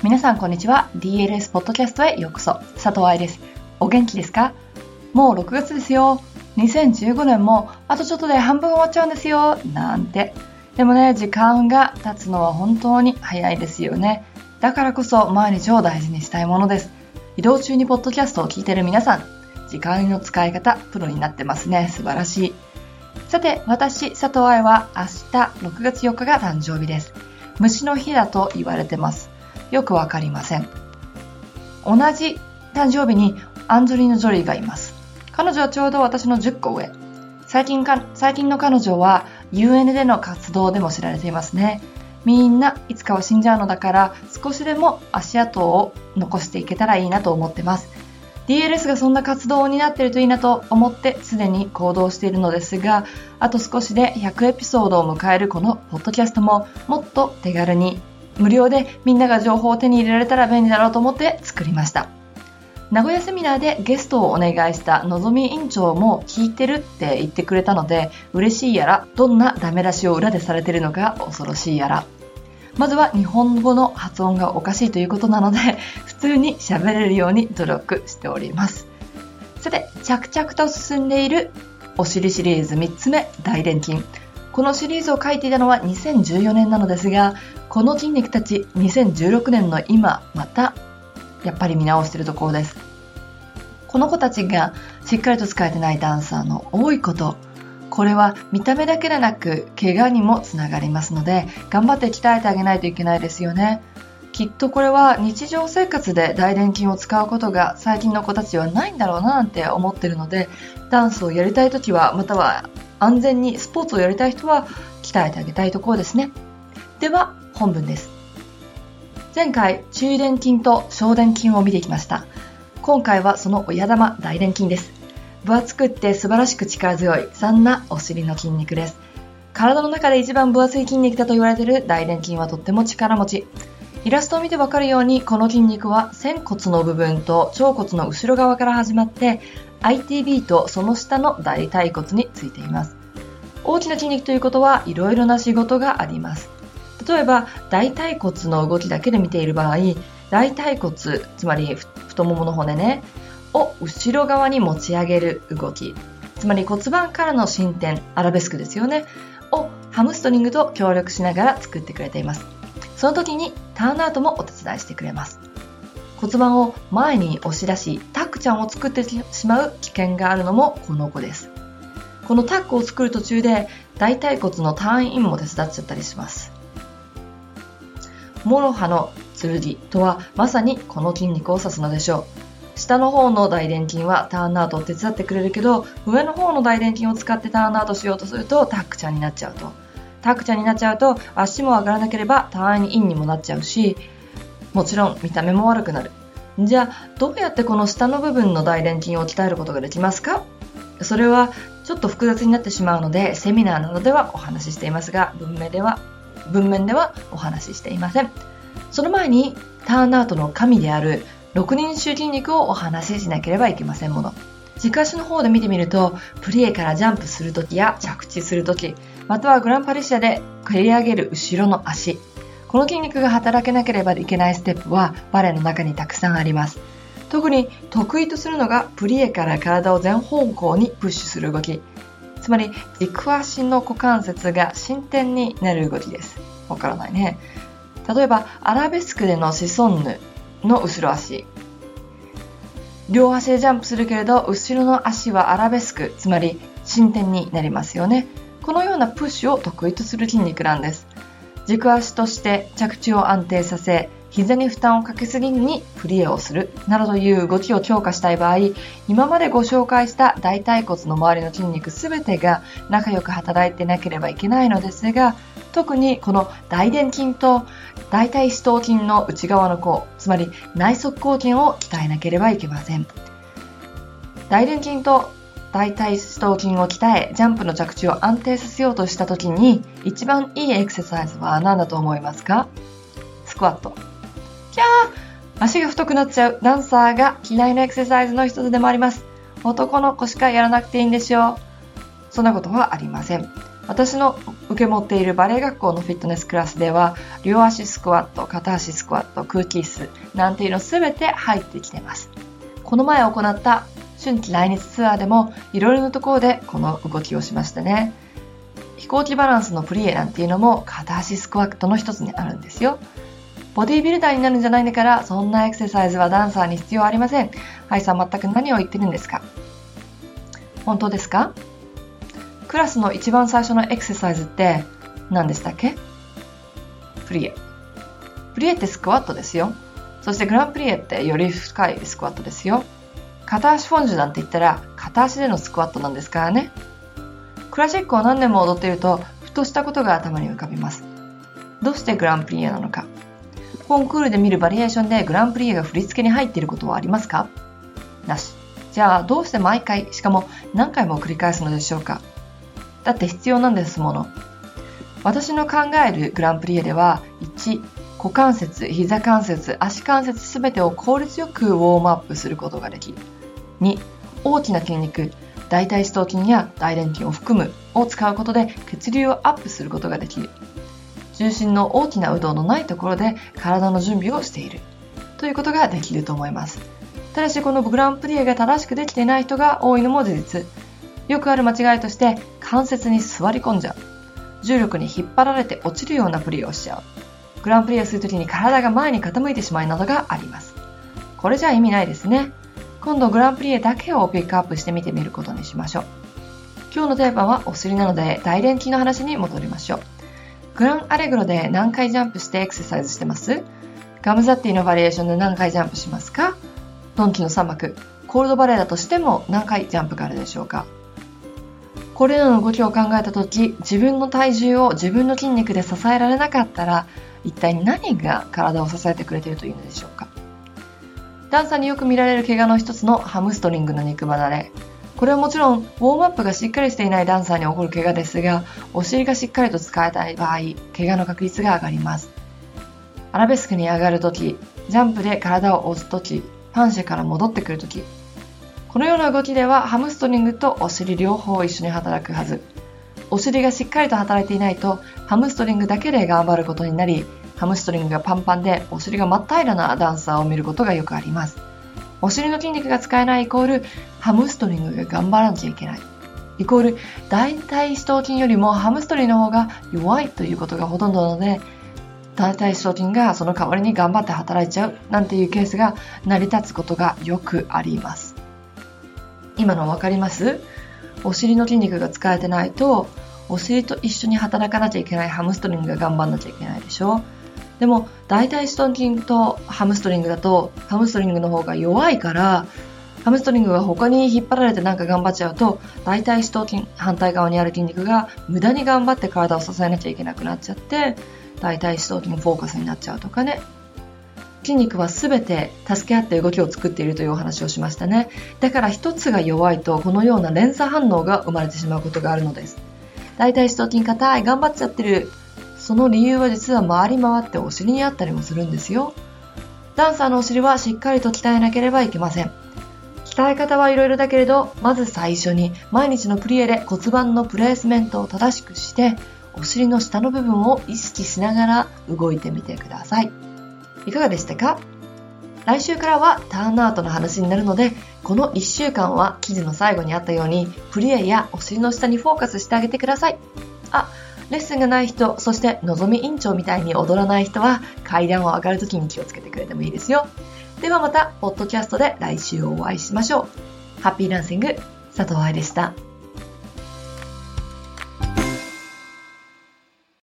皆さんこんにちは。 DLS ポッドキャストへようこそ。佐藤愛です。お元気ですか？もう6月ですよ。2015年もあとちょっとで半分終わっちゃうんですよなんて。でもね、時間が経つのは本当に早いですよね。だからこそ毎日を大事にしたいものです。移動中にポッドキャストを聞いている皆さん、時間の使い方プロになってますね。素晴らしい。さて、私佐藤愛は明日6月4日が誕生日です。虫の日だと言われてます。よくわかりません。同じ誕生日にアンジョリーナ・ジョリーがいます。彼女はちょうど私の10個上。最近の彼女は UN での活動でも知られていますね。みんないつかは死んじゃうのだから、少しでも足跡を残していけたらいいなと思ってます。DLS がそんな活動になっているといいなと思ってすでに行動しているのですが、あと少しで100エピソードを迎えるこのポッドキャストももっと手軽に無料でみんなが情報を手に入れられたら便利だろうと思って作りました。名古屋セミナーでゲストをお願いしたのぞみ院長も聞いてるって言ってくれたので嬉しいやら、どんなダメ出しを裏でされているのか恐ろしいやら。まずは日本語の発音がおかしいということなので普通に喋れるように努力しております。さて、着々と進んでいるお尻シリーズ3つ目、大臀筋。このシリーズを書いていたのは2014年なのですが、この筋肉たち2016年の今またやっぱり見直しているところです。この子たちがしっかりと使えてないダンサーの多いこと、これは見た目だけでなく怪我にもつながりますので、頑張って鍛えてあげないといけないですよね。きっとこれは日常生活で大臀筋を使うことが最近の子たちはないんだろうななんて思っているので、ダンスをやりたいときは、または安全にスポーツをやりたい人は鍛えてあげたいところですね。では本文です。前回中臀筋と小臀筋を見てきました。今回はその親玉大臀筋です。分厚くって素晴らしく力強い、そんなお尻の筋肉です。体の中で一番分厚い筋肉だと言われている大臀筋はとっても力持ち。イラストを見てわかるように、この筋肉は仙骨の部分と腸骨の後ろ側から始まって ITB とその下の大腿骨についています。大きな筋肉ということはいろいろな仕事があります。例えば大腿骨の動きだけで見ている場合、大腿骨、つまり太ももの骨ねを後ろ側に持ち上げる動き、つまり骨盤からの伸展、アラベスクですよねをハムストリングと協力しながら作ってくれています。その時にターンアウトもお手伝いしてくれます。骨盤を前に押し出しタックちゃんを作ってしまう危険があるのもこの子です。このタックを作る途中で大腿骨のターンインも手伝っちゃったりします。モロハの剣とはまさにこの筋肉を指すのでしょう。下の方の大臀筋はターンアウトを手伝ってくれるけど、上の方の大臀筋を使ってターンアウトしようとするとタックちゃんになっちゃうと。タックちゃんになっちゃうと足も上がらなければターンインにもなっちゃうし、もちろん見た目も悪くなる。じゃあどうやってこの下の部分の大臀筋を鍛えることができますか？それはちょっと複雑になってしまうのでセミナーなどではお話ししていますが、文面ではお話ししていません。その前にターンアウトの神である6人衆筋肉をお話ししなければいけませんもの。軸足の方で見てみると、プリエからジャンプするときや着地するとき、またはグランパリシアで蹴り上げる後ろの足、この筋肉が働けなければいけないステップはバレエの中にたくさんあります。特に得意とするのがプリエから体を全方向にプッシュする動き、つまり軸足の股関節が伸展になる動きです。わからないね。例えばアラベスクでのシソンヌの後ろ足、両足でジャンプするけれど後ろの足はアラベスク、つまり伸展になりますよね。このようなプッシュを得意とする筋肉なんです。軸足として着地を安定させ、膝に負担をかけすぎずにプリエをするなどという動きを強化したい場合、今までご紹介した大腿骨の周りの筋肉すべてが仲良く働いてなければいけないのですが、特にこの大臀筋と大腿四頭筋の内側の甲、つまり内側後筋を鍛えなければいけません。大臀筋と大腿四頭筋を鍛え、ジャンプの着地を安定させようとした時に一番いいエクササイズは何だと思いますか？スクワット。キャー、足が太くなっちゃうダンサーが嫌いなエクササイズの一つでもあります。男の子しかやらなくていいんですよ。そんなことはありません。 私の受け持っているバレエ学校のフィットネスクラスでは、両足スクワット、片足スクワット、空気椅子なんていうのすべて入ってきています。この前行った春季来日ツアーでもいろいろなところでこの動きをしましたね。飛行機バランスのプリエなんていうのも片足スクワットの一つにあるんですよ。ボディビルダーになるんじゃないんだから、そんなエクササイズはダンサーに必要ありません。はいさん、全く何を言ってるんですか？本当ですか？クラスの一番最初のエクササイズって何でしたっけ？プリエ。プリエってスクワットですよ。そしてグランプリエってより深いスクワットですよ。片足フォンジュなんて言ったら片足でのスクワットなんですからね。クラシックを何年も踊っているとふとしたことが頭に浮かびます。どうしてグランプリエなのか。コンクールで見るバリエーションでグランプリエが振り付けに入っていることはありますか？なし。じゃあどうして毎回、しかも何回も繰り返すのでしょうか？だって必要なんですもの。私の考えるグランプリエでは、1、股関節、膝関節、足関節すべてを効率よくウォームアップすることができ、2、大きな筋肉、大腿四頭筋や大臀筋を含むを使うことで血流をアップすることができる。重心の大きな運動のないところで体の準備をしているということができると思います。ただしこのグランプリエが正しくできていない人が多いのも事実。よくある間違いとして関節に座り込んじゃう。重力に引っ張られて落ちるようなプリエをしちゃう。グランプリエするときに体が前に傾いてしまいなどがあります。これじゃ意味ないですね。今度グランプリエだけをピックアップして見てみることにしましょう。今日のテーマはお尻なので大臀筋の話に戻りましょう。グランアレグロで何回ジャンプしてエクササイズしてます？ガムザッティのバリエーションで何回ジャンプしますか？ドンキの3幕、コールドバレーだとしても何回ジャンプがあるでしょうか？これらの動きを考えたとき、自分の体重を自分の筋肉で支えられなかったら、一体何が体を支えてくれているというのでしょうか？ダンサーによく見られる怪我の一つのハムストリングの肉離れ。これはもちろんウォームアップがしっかりしていないダンサーに起こる怪我ですが、お尻がしっかりと使えたい場合、怪我の確率が上がります。アラベスクに上がるとき、ジャンプで体を押すとき、パンシェから戻ってくるとき、このような動きではハムストリングとお尻両方一緒に働くはず。お尻がしっかりと働いていないと、ハムストリングだけで頑張ることになり、ハムストリングがパンパンでお尻が真っ平らなダンサーを見ることがよくあります。お尻の筋肉が使えないイコールハムストリングが頑張らなきゃいけない。イコール大腿四頭筋よりもハムストリングの方が弱いということがほとんどなので、大腿四頭筋がその代わりに頑張って働いちゃうなんていうケースが成り立つことがよくあります。今のわかります？お尻の筋肉が使えてないと、お尻と一緒に働かなきゃいけないハムストリングが頑張らなきゃいけないでしょ。でも大腿四頭筋とハムストリングだとハムストリングの方が弱いから、ハムストリングが他に引っ張られてなんか頑張っちゃうと、大腿四頭筋反対側にある筋肉が無駄に頑張って体を支えなきゃいけなくなっちゃって、大腿四頭筋フォーカスになっちゃうとかね。筋肉は全て助け合って動きを作っているというお話をしましたね。だから一つが弱いとこのような連鎖反応が生まれてしまうことがあるのです。大腿四頭筋硬い、頑張っちゃってる。その理由は実は回り回ってお尻にあったりもするんですよ。ダンサーのお尻はしっかりと鍛えなければいけません。鍛え方はいろいろだけれど、まず最初に毎日のプリエで骨盤のプレースメントを正しくして、お尻の下の部分を意識しながら動いてみてください。いかがでしたか？来週からはターンアウトの話になるので、この1週間は記事の最後にあったようにプリエやお尻の下にフォーカスしてあげてください。レッスンがない人、そしてのぞみ委員長みたいに踊らない人は階段を上がるときに気をつけてくれてもいいですよ。ではまたポッドキャストで来週お会いしましょう。ハッピーランシング、佐藤愛でした。